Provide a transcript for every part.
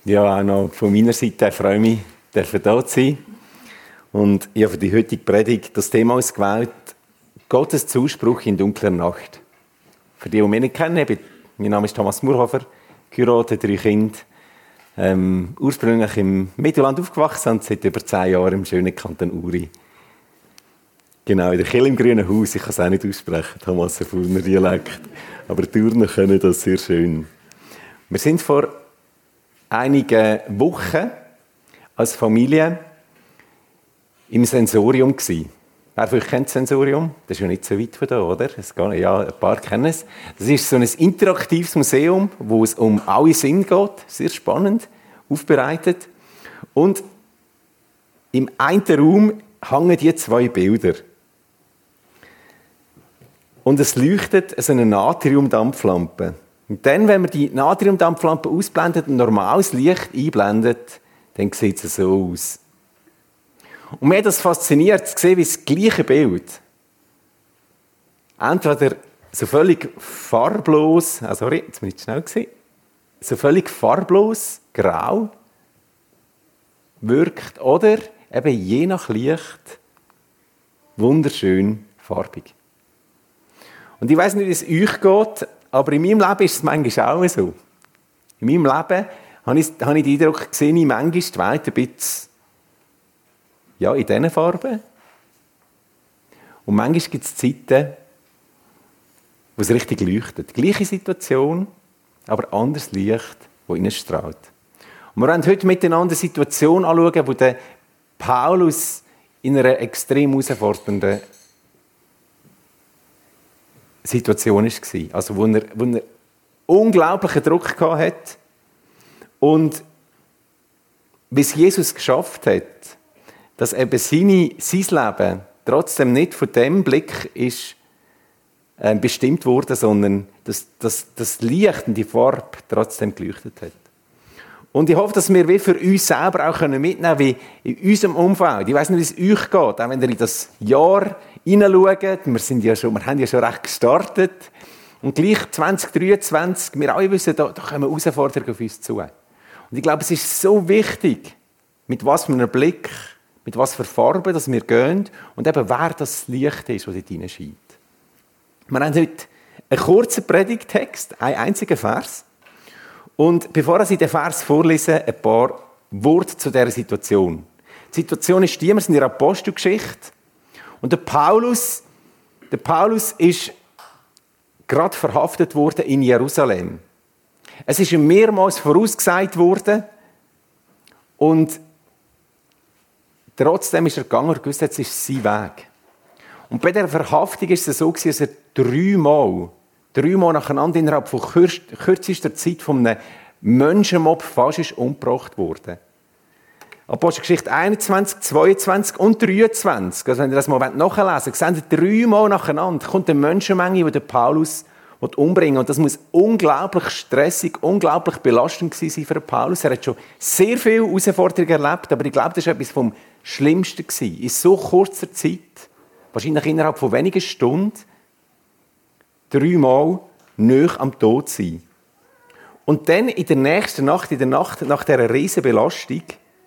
Ja, auch noch von meiner Seite freue ich mich, hier zu sein. Und ich habe für die heutige Predigt das Thema ausgewählt, Gottes Zuspruch in dunkler Nacht. Für die mich nicht kennen, mein Name ist Thomas Murhofer, geheiratet, 3 Kinder, ursprünglich im Mittelland aufgewachsen und seit über 10 Jahren im schönen Kanton Uri. Genau, in der Kirche im Grünen Haus, ich kann es auch nicht aussprechen, Thomas, ein Furner Dialekt, aber die Turner können das sehr schön. Wir sind vor einigen Wochen als Familie im Sensorium gsi. Wer von euch kennt das Sensorium? Das ist ja nicht so weit von da, oder? Ja, ein paar kennen es. Das ist so ein interaktives Museum, wo es um alle Sinne geht. Sehr spannend, aufbereitet. Und im einen Raum hängen die 2 Bilder. Und es leuchtet so eine Natriumdampflampe. Und dann, wenn man die Natriumdampflampe ausblendet und normales Licht einblendet, dann sieht es so aus. Und mir hat das fasziniert, zu sehen, wie das gleiche Bild entweder so völlig farblos, jetzt bin ich schnell gewesen, so völlig farblos, grau wirkt oder eben je nach Licht wunderschön farbig. Und ich weiss nicht, wie es euch geht, aber in meinem Leben ist es manchmal auch so. In meinem Leben habe ich den Eindruck gesehen, ich manchmal die Welt ein bisschen in diesen Farben. Und manchmal gibt es Zeiten, wo es richtig leuchtet. Gleiche Situation, aber anderes Licht, das reinstrahlt. Und wir wollen heute miteinander eine Situation anschauen, wo der Paulus in einer extrem herausfordernden Situation war. Also wo er unglaublichen Druck hatte und wie es Jesus geschafft hat, dass eben sein Leben trotzdem nicht von dem Blick ist bestimmt wurde, sondern dass das Licht und die Farbe trotzdem geleuchtet hat. Und ich hoffe, dass wir wie für uns selber auch mitnehmen können, wie in unserem Umfeld. Ich weiss nicht, wie es euch geht, auch wenn ihr in das Jahr hineinschaut. Wir haben ja schon recht gestartet. Und gleich 2023, wir alle wissen, da kommen Herausforderungen auf uns zu. Und ich glaube, es ist so wichtig, mit was für einem Blick, mit was für Farben dass wir gehen und eben wer das Licht ist, das dort hineinscheint. Wir haben heute einen kurzen Predigttext, einen einzigen Vers. Und bevor ich den Vers vorlese, ein paar Worte zu dieser Situation. Die Situation ist die, wir sind in der Apostelgeschichte. Und der Paulus ist gerade verhaftet worden in Jerusalem. Es ist ihm mehrmals vorausgesagt worden. Und trotzdem ist er gegangen und gewusst, jetzt ist sein Weg. Und bei dieser Verhaftung war es so, dass er 3 Mal nacheinander innerhalb von kürzester Zeit von einem Menschenmob fast ist umgebracht wurde. Apostelgeschichte 21, 22 und 23. Also wenn ihr das mal nachlesen wollt, seht ihr 3 Mal nacheinander kommt eine Menschenmenge, die den Paulus umbringen will. Und das muss unglaublich stressig, unglaublich belastend gewesen sein für Paulus. Er hat schon sehr viele Herausforderungen erlebt, aber ich glaube, das war etwas vom Schlimmsten gewesen. In so kurzer Zeit, wahrscheinlich innerhalb von wenigen Stunden, 3 Mal nahe am Tod sein. Und dann in der nächsten Nacht, in der Nacht nach dieser riesen Belastung,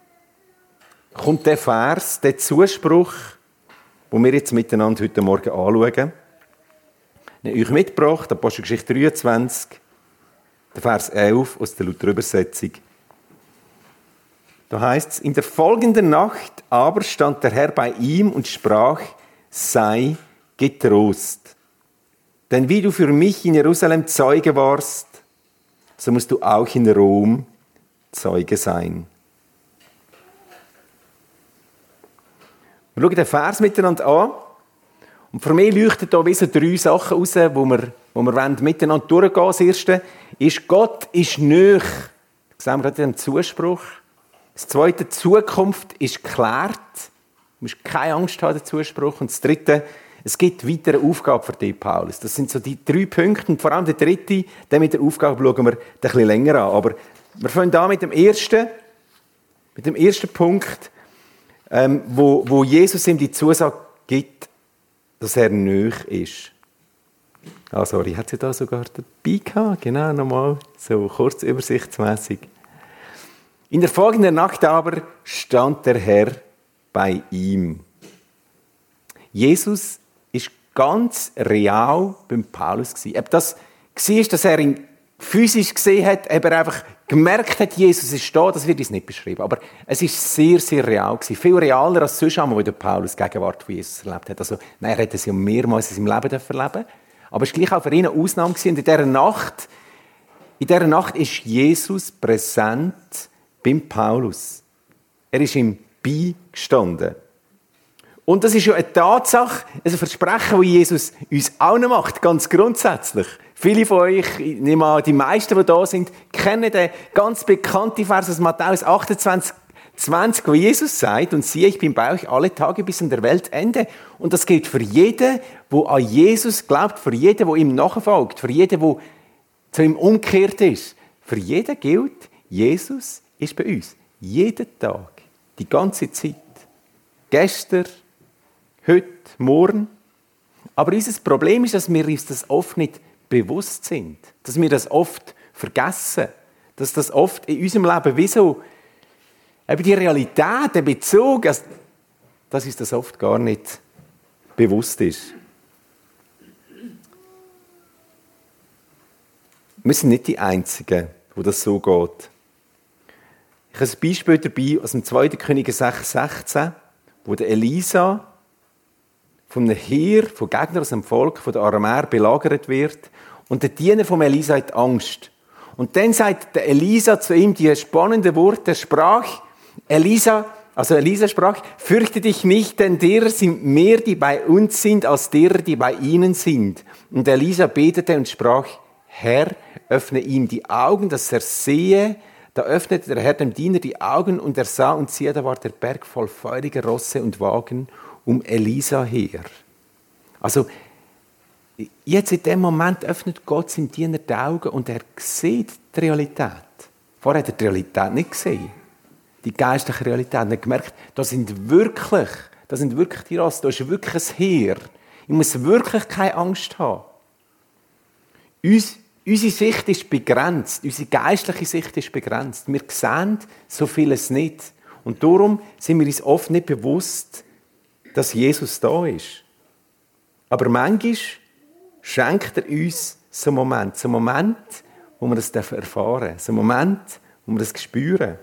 kommt der Vers, der Zuspruch, den wir jetzt miteinander heute Morgen anschauen. Ich habe euch mitgebracht, Apostelgeschichte 23, der Vers 11 aus der Luther-Übersetzung. Da heißt es: In der folgenden Nacht aber stand der Herr bei ihm und sprach: Sei getrost. Denn wie du für mich in Jerusalem Zeuge warst, so musst du auch in Rom Zeuge sein. Wir schauen den Vers miteinander an. Und für mich leuchten da wie so 3 Sachen raus, wo wir miteinander durchgehen wollen. Das erste ist, Gott ist nahe. Das sehen wir gerade in dem Zuspruch. Das zweite, die Zukunft ist geklärt. Du musst keine Angst haben, den Zuspruch. Und das dritte, es gibt weitere Aufgaben für dich, Paulus. Das sind so die 3 Punkte. Und vor allem der dritte, den mit der Aufgabe schauen wir ein bisschen länger an. Aber wir fangen an mit dem ersten Punkt, wo Jesus ihm die Zusage gibt, dass er nahe ist. Ah, sorry, hat sie da sogar dabei gehabt? Genau, nochmal, so kurz übersichtsmässig. In der folgenden Nacht aber stand der Herr bei ihm. Jesus ist ganz real beim Paulus gewesen. Ob das war, dass er ihn physisch gesehen hat, ob er einfach gemerkt hat, Jesus ist da, das wird uns nicht beschrieben. Aber es ist sehr, sehr real gewesen. Viel realer als sonst einmal, wo der Paulus die Gegenwart von Jesus erlebt hat. Also, nein, er hat es ja mehrmals in seinem Leben erleben. Aber es war gleich auch für ihn eine Ausnahme gewesen. Und in dieser Nacht ist Jesus präsent beim Paulus. Er ist ihm beigestanden. Und das ist ja eine Tatsache, ein Versprechen, das Jesus uns allen macht, ganz grundsätzlich. Viele von euch, ich nehme an, die meisten, die da sind, kennen den ganz bekannten Vers aus Matthäus 28, 20, wo Jesus sagt, und siehe, ich bin bei euch alle Tage bis an der Weltende. Und das gilt für jeden, der an Jesus glaubt, für jeden, der ihm nachfolgt, für jeden, der zu ihm umgekehrt ist. Für jeden gilt, Jesus ist bei uns. Jeden Tag. Die ganze Zeit. Gestern, heute, morgen. Aber unser Problem ist, dass wir uns das oft nicht bewusst sind. Dass wir das oft vergessen. Dass das oft in unserem Leben wie so eben die Realität, der Bezug, dass uns das oft gar nicht bewusst ist. Wir sind nicht die Einzigen, wo das so geht. Ich habe ein Beispiel dabei aus dem 2. Könige 6,16, wo der Elisa von einem Heer, von Gegnern aus dem Volk, von den Aramäer belagert wird. Und der Diener von Elisa hat Angst. Und dann sagt der Elisa zu ihm die spannenden Worte, Elisa sprach, fürchte dich nicht, denn derer sind mehr, die bei uns sind, als derer, die bei ihnen sind. Und Elisa betete und sprach, Herr, öffne ihm die Augen, dass er sehe. Da öffnete der Herr dem Diener die Augen und er sah und siehe, da war der Berg voll feuriger Rosse und Wagen um Elisa her. Also, jetzt in dem Moment öffnet Gott seinem Diener die Augen und er sieht die Realität. Vorher hat er die Realität nicht gesehen. Die geistliche Realität. Er hat gemerkt, das sind wirklich die Rosse, da ist wirklich ein Heer. Ich muss wirklich keine Angst haben. Unsere Sicht ist begrenzt, unsere geistliche Sicht ist begrenzt. Wir sehen so vieles nicht. Und darum sind wir uns oft nicht bewusst, dass Jesus da ist. Aber manchmal schenkt er uns so einen Moment, wo wir das erfahren dürfen, so einen Moment, wo wir das spüren.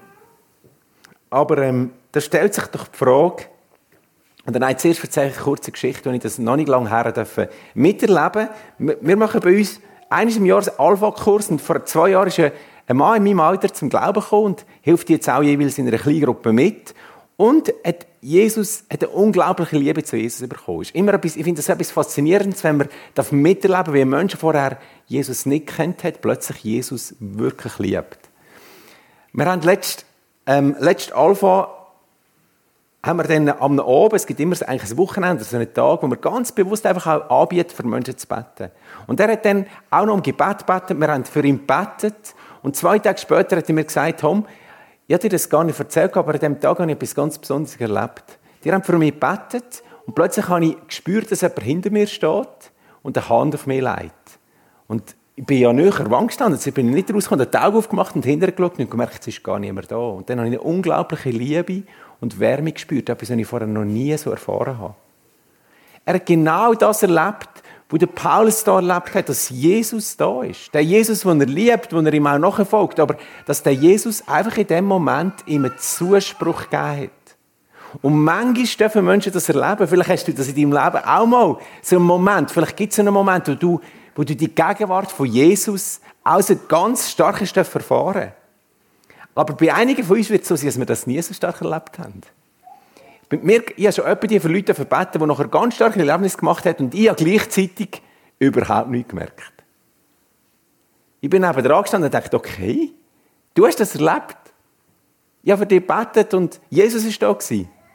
Aber da stellt sich doch die Frage, und dann zuerst erzähle ich eine kurze Geschichte, die ich das noch nicht lange her miterleben durfte. Wir machen bei uns einmal im Jahr einen Alpha-Kurs und vor 2 Jahren ist ein Mann in meinem Alter zum Glauben gekommen und hilft jetzt auch jeweils in einer kleinen Gruppe mit. Und hat eine unglaubliche Liebe zu Jesus bekommen. Ich finde das etwas Faszinierendes, wenn man miterleben, wie ein Mensch vorher Jesus nicht kennt hat, plötzlich Jesus wirklich liebt. Wir haben letzten Alpha haben wir dann am Abend, es gibt immer eigentlich ein Wochenende, so einen Tag, wo wir ganz bewusst einfach auch anbieten, für Menschen zu beten. Und er hat dann auch noch um Gebet gebeten, wir haben für ihn gebetet und 2 Tage später hat er mir gesagt, Tom, ich habe dir das gar nicht erzählt, aber an diesem Tag habe ich etwas ganz Besonderes erlebt. Die haben für mich gebetet und plötzlich habe ich gespürt, dass jemand hinter mir steht und eine Hand auf mich legt. Und ich bin ja näher Wand gestanden, jetzt bin ich nicht rausgekommen, habe die Augen aufgemacht und hinterher geschaut und gemerkt, es ist gar niemand da. Und dann habe ich eine unglaubliche Liebe und Wärme gespürt, etwas, was ich vorher noch nie so erfahren habe. Er hat genau das erlebt, was der Paulus da erlebt hat, dass Jesus da ist. Der Jesus, den er liebt, den er ihm auch nachfolgt, aber dass der Jesus einfach in dem Moment ihm einen Zuspruch gegeben hat. Und manchmal dürfen Menschen das erleben. Vielleicht hast du das in deinem Leben auch mal. So einen Moment, vielleicht gibt es einen Moment, wo du die Gegenwart von Jesus auch so ganz stark erfahren. Aber bei einigen von uns wird es so sein, dass wir das nie so stark erlebt haben. Ich habe schon jemanden für Leute verbeten, die nachher ganz starke Erlebnisse gemacht haben und ich habe gleichzeitig überhaupt nichts gemerkt. Ich bin neben dran gestanden und dachte, okay, du hast das erlebt. Ich habe für dich gebetet und Jesus war da.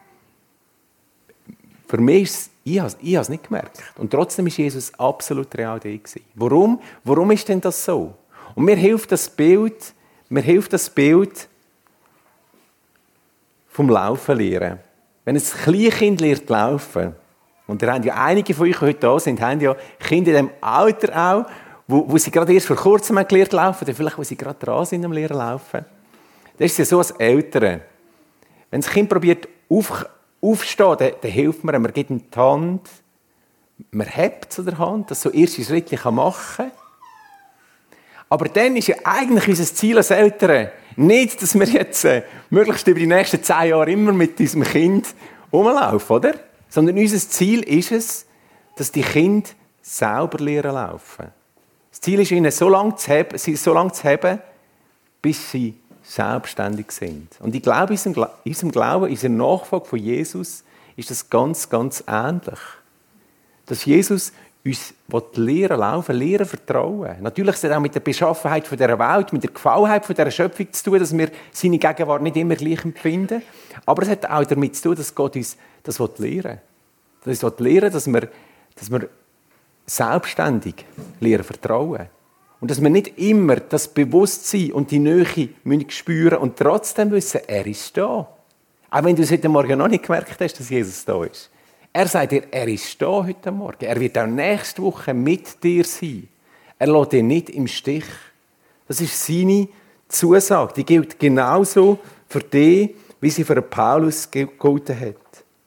Für mich ist es, ich habe es nicht gemerkt. Und trotzdem war Jesus absolut real da. Warum? Warum ist denn das so? Und mir hilft das Bild vom Laufen lernen. Wenn ein Kleinkind lernt laufen, und ihr habt ja einige von euch, die heute da sind, haben ja Kinder in diesem Alter auch, wo sie gerade erst vor kurzem gelernt laufen, oder vielleicht, wo sie gerade dran sind am Lernen laufen, Das ist ja so als Eltern. Wenn das Kind probiert aufzustehen, dann hilft man, man gibt ihm die Hand, man hebt zu der Hand, dass so erste Schritte machen kann. Aber dann ist ja eigentlich unser Ziel als Eltern nicht, dass wir jetzt möglichst über die nächsten 10 Jahre immer mit unserem Kind rumlaufen, oder? Sondern unser Ziel ist es, dass die Kinder selber lernen laufen. Das Ziel ist, ihnen so lange zu haben, bis sie selbstständig sind. Und ich glaube, in unserem Glauben, in unserer Nachfolge von Jesus, ist das ganz, ganz ähnlich. Dass Jesus uns lernen laufen, lernen vertrauen. Natürlich hat es auch mit der Beschaffenheit dieser Welt, mit der Gefallenheit dieser Schöpfung zu tun, dass wir seine Gegenwart nicht immer gleich empfinden. Aber es hat auch damit zu tun, dass Gott uns das lehren will. Dass uns lehren, dass wir selbstständig lernen vertrauen. Und dass wir nicht immer das Bewusstsein und die Nähe spüren und trotzdem wissen, er ist da. Auch wenn du es heute Morgen noch nicht gemerkt hast, dass Jesus da ist. Er sagt dir, er ist da heute Morgen. Er wird auch nächste Woche mit dir sein. Er lässt dich nicht im Stich. Das ist seine Zusage. Die gilt genauso für dich, wie sie für Paulus gegolten hat.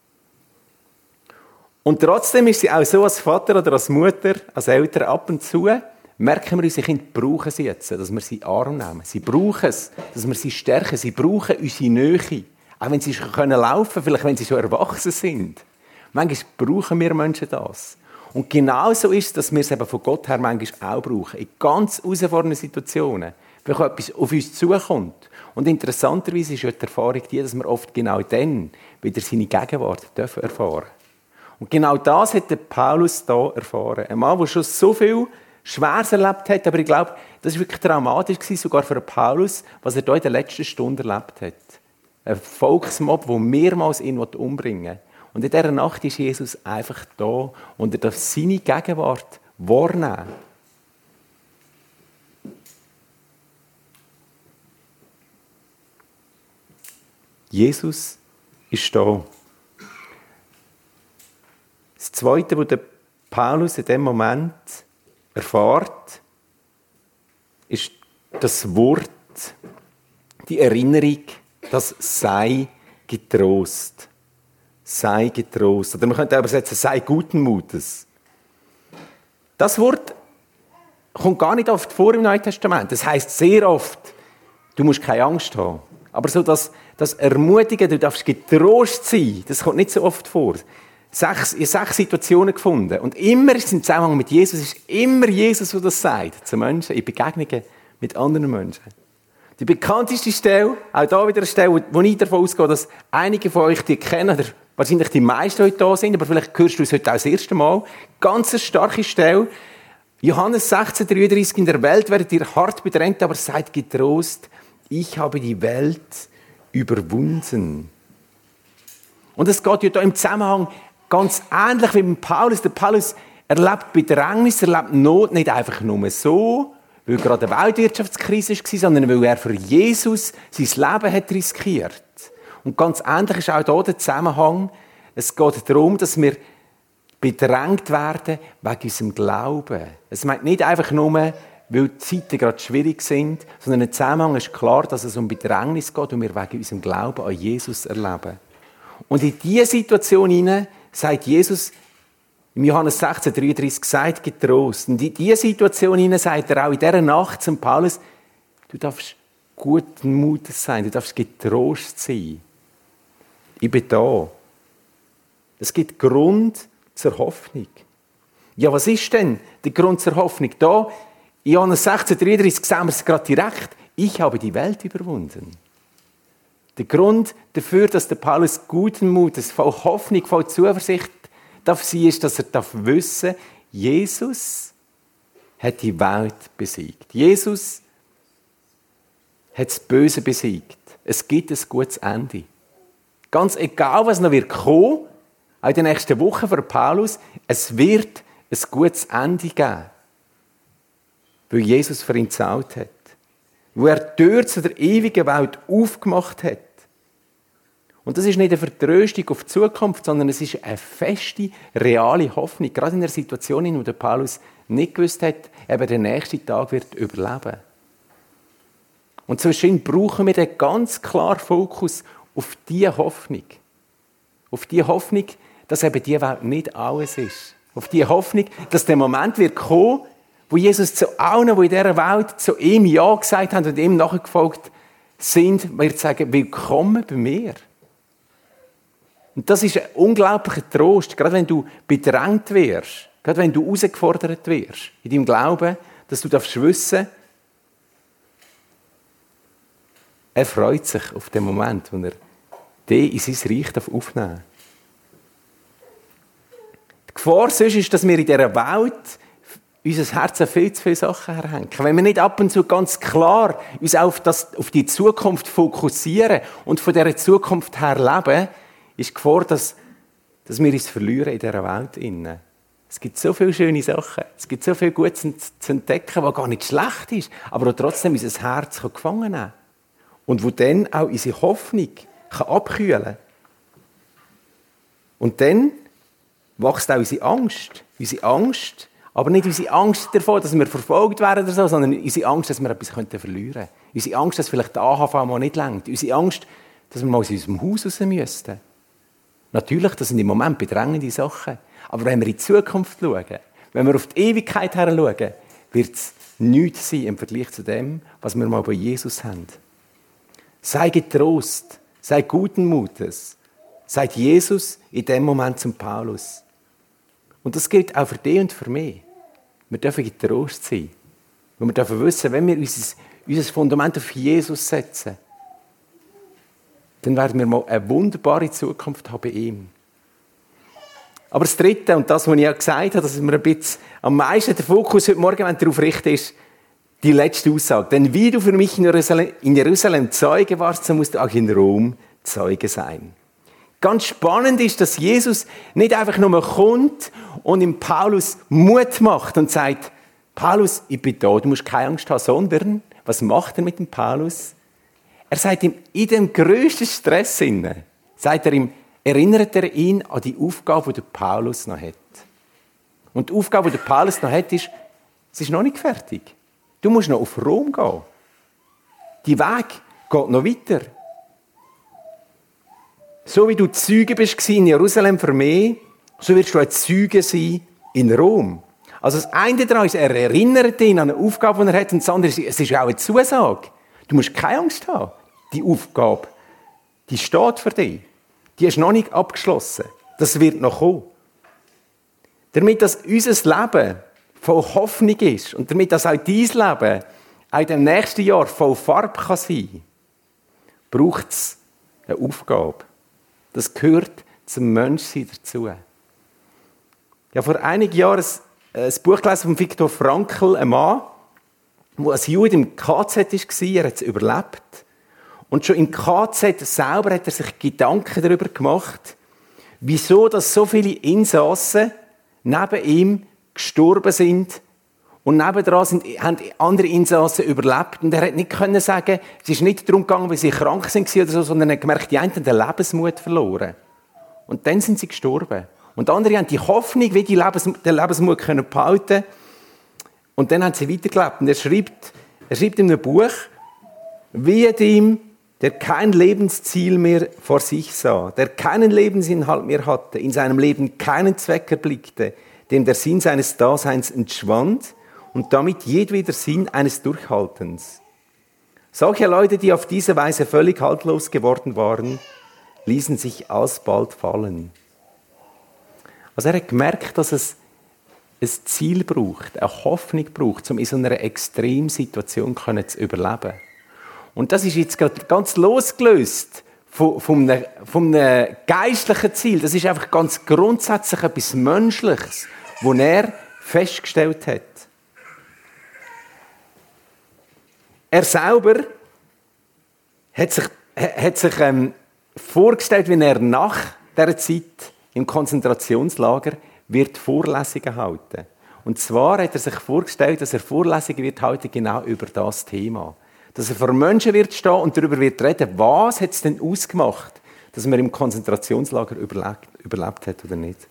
Und trotzdem ist sie auch so als Vater oder als Mutter, als Eltern ab und zu, merken wir, unsere Kinder brauchen sie jetzt, dass wir sie in den Arm nehmen. Sie brauchen es, dass wir sie stärken. Sie brauchen unsere Nähe. Auch wenn sie schon laufen können, vielleicht wenn sie schon erwachsen sind. Manchmal brauchen wir Menschen das. Und genauso ist es, dass wir es eben von Gott her manchmal auch brauchen. In ganz herausfordernden Situationen, wenn etwas auf uns zukommt. Und interessanterweise ist ja die Erfahrung die, dass wir oft genau dann wieder seine Gegenwart erfahren dürfen. Und genau das hat der Paulus hier erfahren. Ein Mann, der schon so viel Schweres erlebt hat, aber ich glaube, das war wirklich dramatisch, sogar für Paulus, was er hier in der letzten Stunde erlebt hat. Ein Volksmob, der mehrmals ihn umbringen will. Und in dieser Nacht ist Jesus einfach da und er darf seine Gegenwart wahrnehmen. Jesus ist da. Das Zweite, was der Paulus in diesem Moment erfährt, ist das Wort, die Erinnerung, das sei getrost. Sei getrost. Oder man könnte auch übersetzen, sei guten Mutes. Das Wort kommt gar nicht oft vor im Neuen Testament. Das heisst sehr oft, du musst keine Angst haben. Aber so das Ermutigen, du darfst getrost sein, das kommt nicht so oft vor. Ich habe 6 Situationen gefunden. Und immer ist es im Zusammenhang mit Jesus, ist immer Jesus, der das sagt zu Menschen, in Begegnungen mit anderen Menschen. Die bekannteste Stelle, auch da wieder eine Stelle, wo ich davon ausgehe, dass einige von euch die kennen, oder wahrscheinlich die meisten heute da sind, aber vielleicht hörst du es heute auch das erste Mal. Ganz eine starke Stelle. Johannes 16,33, in der Welt werdet ihr hart bedrängt, aber seid getrost, ich habe die Welt überwunden. Und es geht ja da im Zusammenhang ganz ähnlich wie mit Paulus. Der Paulus erlebt Bedrängnis, erlebt Not nicht einfach nur so, weil gerade eine Weltwirtschaftskrise war, sondern weil er für Jesus sein Leben hat riskiert. Und ganz ähnlich ist auch hier der Zusammenhang. Es geht darum, dass wir bedrängt werden wegen unserem Glauben. Es meint nicht einfach nur, weil die Zeiten gerade schwierig sind, sondern im Zusammenhang ist klar, dass es um Bedrängnis geht und wir wegen unserem Glauben an Jesus erleben. Und in diese Situation hinein sagt Jesus, im Johannes 16,33, seid getrost. Und in diese Situation hinein sagt er auch in dieser Nacht zum Paulus, du darfst guten Mutes sein, du darfst getrost sein. Ich bin da. Es gibt Grund zur Hoffnung. Ja, was ist denn der Grund zur Hoffnung? Da, in Johannes 16,33 sehen wir es gerade direkt. Ich habe die Welt überwunden. Der Grund dafür, dass der Paulus guten Mutes, voll Hoffnung, voll Zuversicht darf sein, ist, dass er wissen darf, Jesus hat die Welt besiegt. Jesus hat das Böse besiegt. Es gibt ein gutes Ende. Ganz egal, was noch wird kommen, auch in den nächsten Wochen für Paulus, es wird ein gutes Ende geben. Weil Jesus für ihn gezahlt hat. Wo er die Tür zu der ewigen Welt aufgemacht hat. Und das ist nicht eine Vertröstung auf die Zukunft, sondern es ist eine feste, reale Hoffnung. Gerade in einer Situation, in der Paulus nicht gewusst hat, ob er den nächsten Tag wird überleben. Und zwischen brauchen wir den ganz klaren Fokus auf diese Hoffnung. Auf die Hoffnung, dass eben diese Welt nicht alles ist. Auf die Hoffnung, dass der Moment wird kommen, wo Jesus zu allen, die in dieser Welt zu ihm Ja gesagt haben und ihm nachgefolgt sind, wird sagen, willkommen bei mir. Und das ist ein unglaublicher Trost, gerade wenn du bedrängt wirst, gerade wenn du herausgefordert wirst, in deinem Glauben, dass du wissen darfst, er freut sich auf den Moment, wo er dich in sein Reich aufnehmen darf. Die Gefahr sonst ist, dass wir in dieser Welt unser Herz an viel zu viele Sachen herhängen. Wenn wir nicht ab und zu ganz klar uns auf die Zukunft fokussieren und von dieser Zukunft her leben, ist die Gefahr, dass wir uns verlieren in dieser Welt. Es gibt so viele schöne Sachen, es gibt so viel Gutes zu entdecken, was gar nicht schlecht ist, aber auch trotzdem unser Herz gefangen nehmen kann. Und wo dann auch unsere Hoffnung abkühlen kann. Und dann wächst auch unsere Angst. Unsere Angst, aber nicht unsere Angst davor, dass wir verfolgt werden oder so, sondern unsere Angst, dass wir etwas verlieren könnten. Unsere Angst, dass vielleicht der AHV mal nicht reicht. Unsere Angst, dass wir mal aus unserem Haus raus müssten. Natürlich, das sind im Moment bedrängende Sachen. Aber wenn wir in die Zukunft schauen, wenn wir auf die Ewigkeit her schauen, wird es nichts sein im Vergleich zu dem, was wir mal bei Jesus haben. Sei getrost, sei guten Mutes, sagt Jesus in dem Moment zum Paulus. Und das gilt auch für dich und für mich. Wir dürfen getrost sein. Und wir dürfen wissen, wenn wir unser Fundament auf Jesus setzen, dann werden wir mal eine wunderbare Zukunft haben bei ihm. Aber das Dritte, und das, was ich ja gesagt habe, dass wir ein bisschen am meisten den Fokus heute Morgen darauf richten, ist die letzte Aussage. Denn wie du für mich in Jerusalem Zeuge warst, so musst du auch in Rom Zeuge sein. Ganz spannend ist, dass Jesus nicht einfach nur kommt und ihm Paulus Mut macht und sagt, Paulus, ich bin da, du musst keine Angst haben, sondern, was macht er mit dem Paulus? Er sagt ihm, in dem grössten Stress erinnert er ihn an die Aufgabe, die der Paulus noch hat. Und die Aufgabe, die der Paulus noch hat, ist, es ist noch nicht fertig. Du musst noch auf Rom gehen. Die Weg geht noch weiter. So wie du Zeuge bist in Jerusalem für mich, so wirst du ein Zeuge sein in Rom. Also das eine daran ist, er erinnert ihn an eine Aufgabe, die er hat, und das andere ist, es ist auch eine Zusage. Du musst keine Angst haben. Die Aufgabe, die steht für dich. Die ist noch nicht abgeschlossen. Das wird noch kommen. Damit dass unser Leben voll Hoffnung ist und damit dass auch dein Leben auch in dem nächsten Jahr voll Farbe kann sein, braucht es eine Aufgabe. Das gehört zum Menschsein dazu. Ich habe vor einigen Jahren ein Buch gelesen von Viktor Frankl, ein Mann, der als Jude im KZ war, er hat es überlebt. Und schon im KZ selber hat er sich Gedanken darüber gemacht, wieso dass so viele Insassen neben ihm gestorben sind und nebendran haben andere Insassen überlebt. Und er hat nicht können sagen, es ist nicht darum gegangen, weil sie krank sind oder so, sondern er hat gemerkt, die einen haben den Lebensmut verloren. Und dann sind sie gestorben. Und andere haben die Hoffnung, wie den Lebensmut können behalten. Und dann haben sie weitergelebt. Und er schreibt in einem Buch, wie dem, der kein Lebensziel mehr vor sich sah, der keinen Lebensinhalt mehr hatte, in seinem Leben keinen Zweck erblickte, dem der Sinn seines Daseins entschwand und damit jedweder Sinn eines Durchhaltens. Solche Leute, die auf diese Weise völlig haltlos geworden waren, ließen sich alsbald fallen. Also er hat gemerkt, dass es ein Ziel braucht, eine Hoffnung braucht, um in so einer Extremsituation zu überleben. Und das ist jetzt ganz losgelöst vom einem geistlichen Ziel. Das ist einfach ganz grundsätzlich etwas Menschliches, das er festgestellt hat. Er selber hat sich vorgestellt, wie er nach dieser Zeit im Konzentrationslager wird Vorlesungen halten. Und zwar hat er sich vorgestellt, dass er Vorlesungen wird halten genau über das Thema. Dass er vor Menschen wird stehen und darüber wird reden, was hat es denn ausgemacht, dass man im Konzentrationslager überlebt hat oder nicht.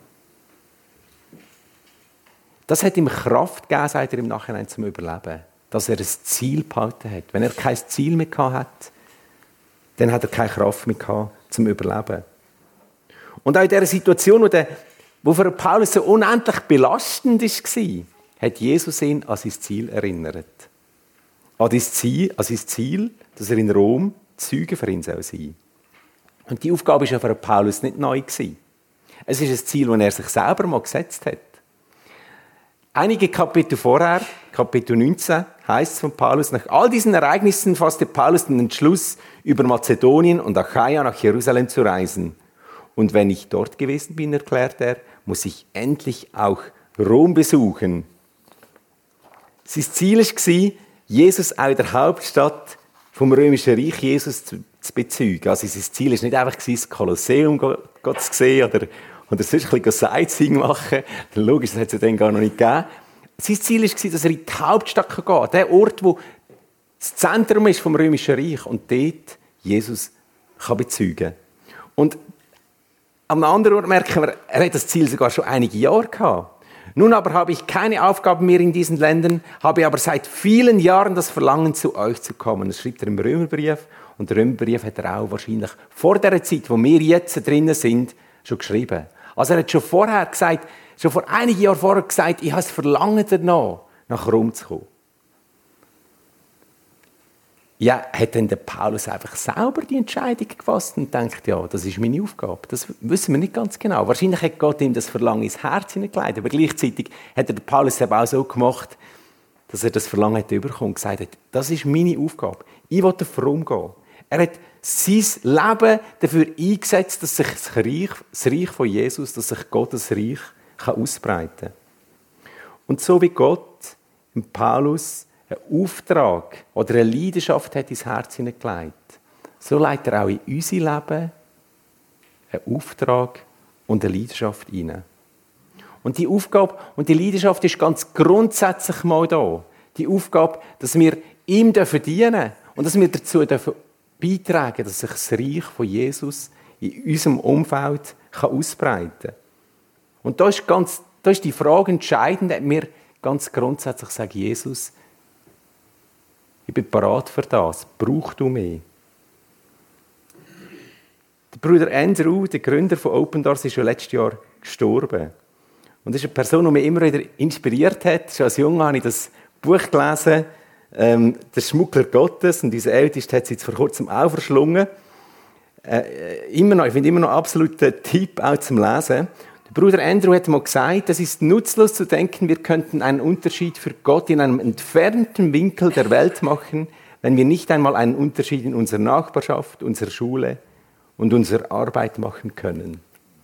Das hat ihm Kraft gegeben, sagt er im Nachhinein, zum Überleben. dass er ein Ziel behalten hat. Wenn er kein Ziel mehr hat, dann hat er keine Kraft mehr gehabt, zum Überleben. Und auch in dieser Situation, wo für Paulus so unendlich belastend war, hat Jesus ihn an sein Ziel erinnert. An sein Ziel, dass er in Rom Zeuge für ihn sein soll. Und die Aufgabe war ja für Paulus nicht neu. Es ist ein Ziel, das er sich selber mal gesetzt hat. Einige Kapitel vorher, Kapitel 19, heißt es von Paulus, nach all diesen Ereignissen fasste Paulus den Entschluss, über Mazedonien und Achaia nach Jerusalem zu reisen. Und wenn ich dort gewesen bin, erklärt er, muss ich endlich auch Rom besuchen. Sein Ziel war, Jesus auch in der Hauptstadt vom Römischen Reich Jesus zu bezeugen. Also sein Ziel war nicht einfach, das Kolosseum zu sehen oder sonst ein bisschen Sightseeing machen. Logisch, das hat es ja dann gar noch nicht gegeben. Sein Ziel war, dass er in die Hauptstadt gehen kann. Der Ort, wo das Zentrum ist vom Römischen Reich. Und dort Jesus kann bezeugen. Und am anderen Ort merken wir, er hat das Ziel sogar schon einige Jahre gehabt. Nun aber habe ich keine Aufgaben mehr in diesen Ländern, habe aber seit vielen Jahren das Verlangen, zu euch zu kommen. Das schreibt er im Römerbrief. Und den Römerbrief hat er auch wahrscheinlich vor der Zeit, wo wir jetzt drinnen sind, schon geschrieben. Also er hat schon vor einigen Jahren vorher gesagt, ich habe das Verlangen danach, nach Rom zu kommen. Ja, hat dann der Paulus einfach selber die Entscheidung gefasst und denkt, ja, das ist meine Aufgabe. Das wissen wir nicht ganz genau. Wahrscheinlich hat Gott ihm das Verlangen ins Herz hineingelegt, aber gleichzeitig hat der Paulus eben auch so gemacht, dass er das Verlangen hat bekommen und gesagt hat, das ist meine Aufgabe. Ich will auf Rom gehen. Er hat sein Leben dafür eingesetzt, dass sich das Reich von Jesus, dass sich Gottes Reich ausbreiten kann. Und so wie Gott im Paulus einen Auftrag oder eine Leidenschaft hat ins Herz hineingelegt, so legt er auch in unser Leben einen Auftrag und eine Leidenschaft hinein. Und die Aufgabe und die Leidenschaft ist ganz grundsätzlich mal da. Die Aufgabe, dass wir ihm dienen dürfen und dass wir dazu beitragen dürfen, dass sich das Reich von Jesus in unserem Umfeld ausbreiten kann. Und da ist die Frage entscheidend, dass wir ganz grundsätzlich sagen, Jesus, ich bin bereit für das. Brauchst du mich? Der Bruder Andrew, der Gründer von Open Doors, ist ja letztes Jahr gestorben. Und das ist eine Person, die mich immer wieder inspiriert hat. Schon als Junge habe ich das Buch gelesen, «Der Schmuggler Gottes». Und unser Ältester hat es jetzt vor kurzem auch verschlungen. Ich finde immer noch absolut ein Tipp auch zum Lesen. Der Bruder Andrew hat mal gesagt, es ist nutzlos zu denken, wir könnten einen Unterschied für Gott in einem entfernten Winkel der Welt machen, wenn wir nicht einmal einen Unterschied in unserer Nachbarschaft, unserer Schule und unserer Arbeit machen können.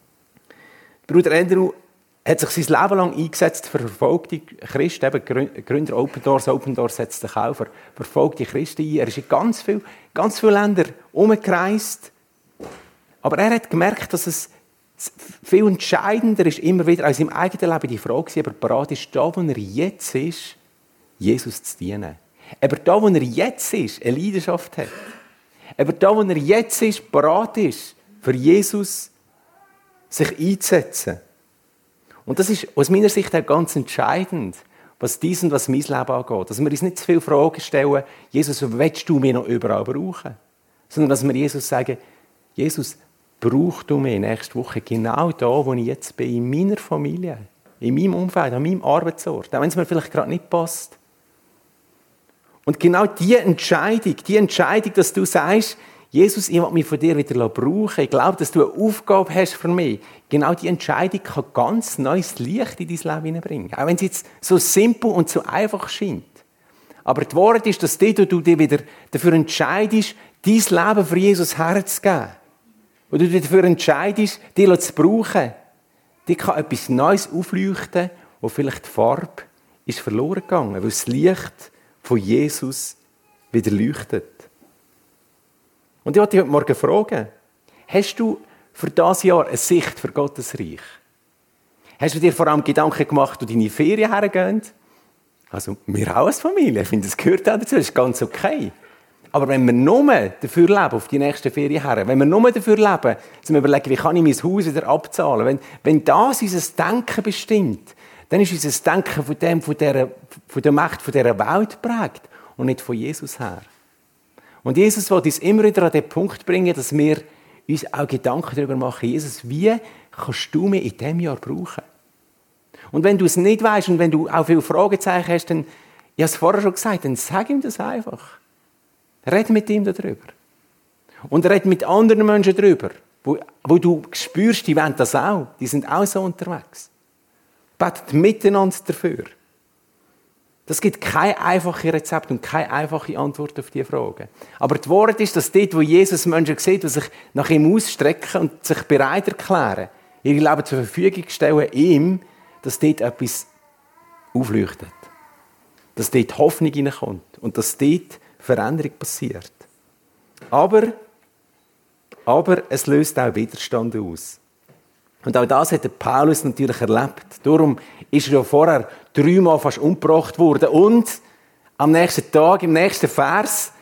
Der Bruder Andrew hat sich sein Leben lang eingesetzt für verfolgte Christen, eben Gründer Open Doors setzt sich auch für verfolgte Christen ein. Er ist in ganz viele Länder umgereist, aber er hat gemerkt, dass es viel entscheidender ist immer wieder aus seinem eigenen Leben die Frage, ob er bereit ist, da, wo er jetzt ist, Jesus zu dienen. Ob er da, wo er jetzt ist, eine Leidenschaft hat. Ob er da, wo er jetzt ist, bereit ist, für Jesus sich einzusetzen. Und das ist aus meiner Sicht auch ganz entscheidend, was dies und was mein Leben angeht. Dass wir uns nicht zu viele Fragen stellen, Jesus, willst du mich noch überall brauchen? Sondern dass wir Jesus sagen, Jesus, brauchst du mich nächste Woche genau da, wo ich jetzt bin, in meiner Familie, in meinem Umfeld, an meinem Arbeitsort, auch wenn es mir vielleicht gerade nicht passt. Und genau diese Entscheidung, dass du sagst, Jesus, ich will mich von dir wieder brauchen, ich glaube, dass du eine Aufgabe hast für mich, genau diese Entscheidung kann ganz neues Licht in dein Leben hineinbringen. Auch wenn es jetzt so simpel und so einfach scheint. Aber die Wahrheit ist, dass du dich wieder dafür entscheidest, dein Leben für Jesus herzugeben. Und du dich dafür entscheidest, dich zu brauchen. Dir kann etwas Neues aufleuchten, wo vielleicht die Farbe ist verloren gegangen, weil das Licht von Jesus wieder leuchtet. Und ich wollte dich heute Morgen fragen, hast du für dieses Jahr eine Sicht für Gottes Reich? Hast du dir vor allem Gedanken gemacht, wo deine Ferien hergehen? Also, wir auch als Familie, ich finde, das gehört auch dazu, das ist ganz okay. Aber wenn wir nur dafür leben, auf die nächsten Ferien her, wenn wir nur dafür leben, dass wir überlegen, wie kann ich mein Haus wieder abzahlen, wenn das unser Denken bestimmt, dann ist unser Denken von der Macht von dieser Welt geprägt und nicht von Jesus her. Und Jesus will uns immer wieder an den Punkt bringen, dass wir uns auch Gedanken darüber machen, Jesus, wie kannst du mich in diesem Jahr brauchen? Und wenn du es nicht weißt und wenn du auch viele Fragezeichen hast, dann, ich habe es vorher schon gesagt, dann sag ihm das einfach. Red mit ihm darüber. Und red mit anderen Menschen darüber, wo du spürst, die wollen das auch. Die sind auch so unterwegs. Betet miteinander dafür. Das gibt kein einfaches Rezept und keine einfache Antwort auf diese Fragen. Aber die Wahrheit ist, dass dort, wo Jesus Menschen sieht, die sich nach ihm ausstrecken und sich bereit erklären, ihre Leben zur Verfügung stellen, ihm, dass dort etwas aufleuchtet. Dass dort Hoffnung hineinkommt und dass dort Veränderung passiert. Aber es löst auch Widerstand aus. Und auch das hat der Paulus natürlich erlebt. Darum ist er ja vorher 3-mal fast umgebracht worden. Und am nächsten Tag, im nächsten Vers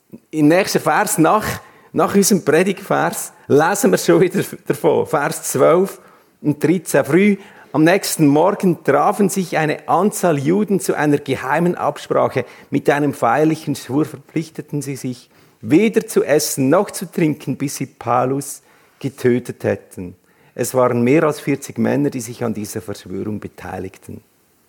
nach unserem Predigtvers, lesen wir schon wieder davon. Vers 12 und 13. Früh am nächsten Morgen trafen sich eine Anzahl Juden zu einer geheimen Absprache. Mit einem feierlichen Schwur verpflichteten sie sich, weder zu essen noch zu trinken, bis sie Paulus getötet hätten. Es waren mehr als 40 Männer, die sich an dieser Verschwörung beteiligten.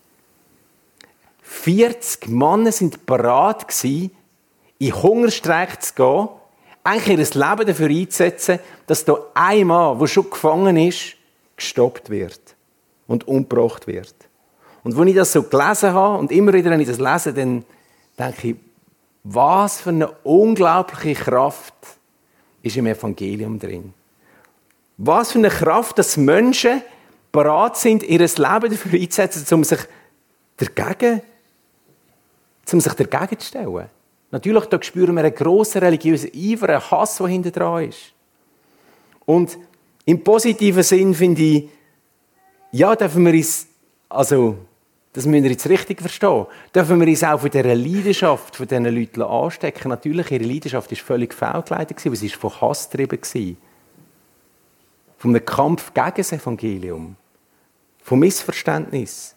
40 Männer sind bereit gewesen, in Hungerstreik zu gehen, eigentlich ihr Leben dafür einzusetzen, dass da ein Mann, der schon gefangen ist, gestoppt wird und umgebracht wird. Und als ich das so gelesen habe, und immer wieder, wenn ich das lese, dann denke ich, was für eine unglaubliche Kraft ist im Evangelium drin. Was für eine Kraft, dass Menschen bereit sind, ihr Leben dafür einzusetzen, um sich dagegen zu stellen. Natürlich, da spüren wir einen grossen religiösen Eifer, einen Hass, der hinter dran ist. Und im positiven Sinn finde ich, ja, dürfen wir uns, also, das müssen wir jetzt richtig verstehen, dürfen wir uns auch von dieser Leidenschaft von diesen Leuten anstecken. Natürlich, ihre Leidenschaft war völlig fehlgeleitet, weil sie von Hass getrieben war. Von einem Kampf gegen das Evangelium. Von Missverständnis.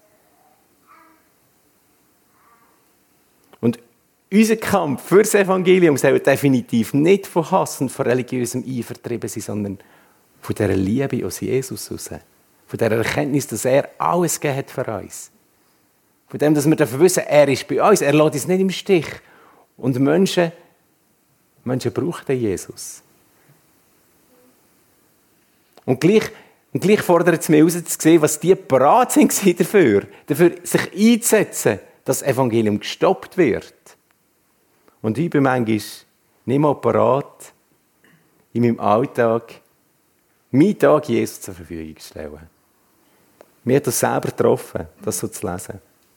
Und unser Kampf für das Evangelium soll definitiv nicht von Hass und von religiösem Eifer getrieben sein, sondern von dieser Liebe aus Jesus heraus. Von dieser Erkenntnis, dass er alles gegeben hat für uns. Von dem, dass wir wissen, er ist bei uns, er lässt uns nicht im Stich. Und Menschen brauchen Jesus. Und gleich fordert es mich heraus, zu sehen, was die bereit sind dafür sich einzusetzen, dass das Evangelium gestoppt wird. Und ich bin manchmal nicht mal bereit, in meinem Alltag meinen Tag Jesus zur Verfügung zu stellen. Mir hat das selber getroffen, das so zu lesen.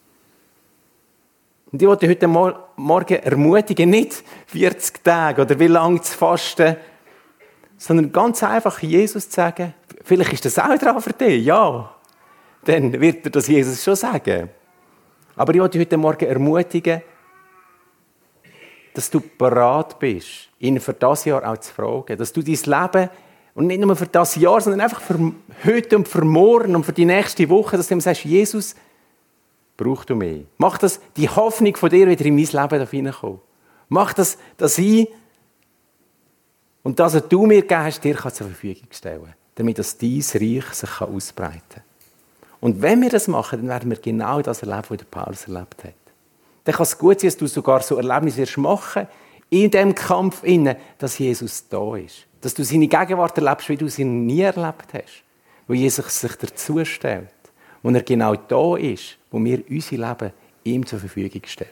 Und ich wollte heute Morgen ermutigen, nicht 40 Tage oder wie lange zu fasten, sondern ganz einfach Jesus zu sagen, vielleicht ist das auch dran für dich, ja. Dann wird dir das Jesus schon sagen. Aber ich wollte heute Morgen ermutigen, dass du bereit bist, ihn für das Jahr auch zu fragen. Dass du dein Leben, und nicht nur für das Jahr, sondern einfach für heute und für morgen und für die nächste Woche, dass du ihm sagst, Jesus, brauchst du mich. Mach das, die Hoffnung von dir wieder in mein Leben hineinkommen. Mach das, dass ich und das, was du mir gegeben hast, dir zur Verfügung stellen, damit das dein Reich sich ausbreiten kann. Und wenn wir das machen, dann werden wir genau das erleben, was der Paulus erlebt hat. Dann kann es gut sein, dass du sogar so Erlebnisse wirst machen, in diesem Kampf, dass Jesus da ist. Dass du seine Gegenwart erlebst, wie du sie nie erlebt hast. Wo Jesus sich dazu stellt. Wo er genau da ist, wo wir unser Leben ihm zur Verfügung stellen.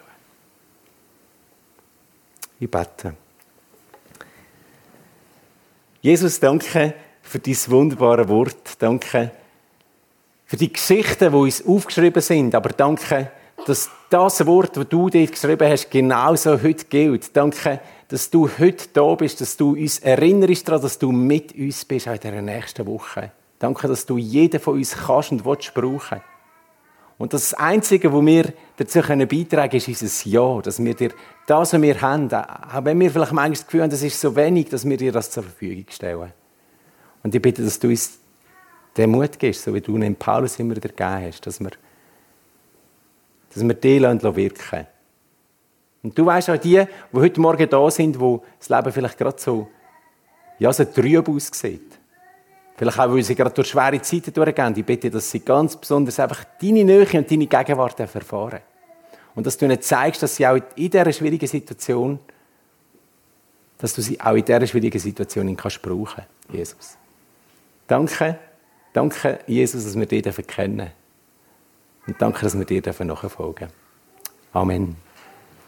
Ich bete. Jesus, danke für dein wunderbare Wort. Danke für die Geschichten, die uns aufgeschrieben sind. Aber danke, dass das Wort, das du dort geschrieben hast, genauso heute gilt. Danke, dass du heute da bist, dass du uns erinnerst daran, dass du mit uns bist in dieser nächsten Woche. Danke, dass du jeden von uns kannst und willst brauchen. Und das Einzige, was wir dazu beitragen können, ist unser Ja, dass wir dir das, was wir haben, auch wenn wir vielleicht manchmal das Gefühl haben, das ist so wenig, dass wir dir das zur Verfügung stellen. Und ich bitte, dass du uns den Mut gibst, so wie du ihn Paulus immer wieder gegeben hast, dass wir Dass wir die wirken lassen. Und du weißt auch die heute Morgen da sind, wo das Leben vielleicht gerade so trüb aussieht. Vielleicht auch, weil sie gerade durch schwere Zeiten durchgehen. Ich bitte, dass sie ganz besonders einfach deine Nähe und deine Gegenwart erfahren. Und dass du ihnen zeigst, dass sie auch in dieser schwierigen Situation, dass du sie auch in dieser schwierigen Situation kannst brauchen, Jesus. Danke, Jesus, dass wir dich kennen dürfen. Und danke, dass wir dir nachfolgen dürfen. Amen.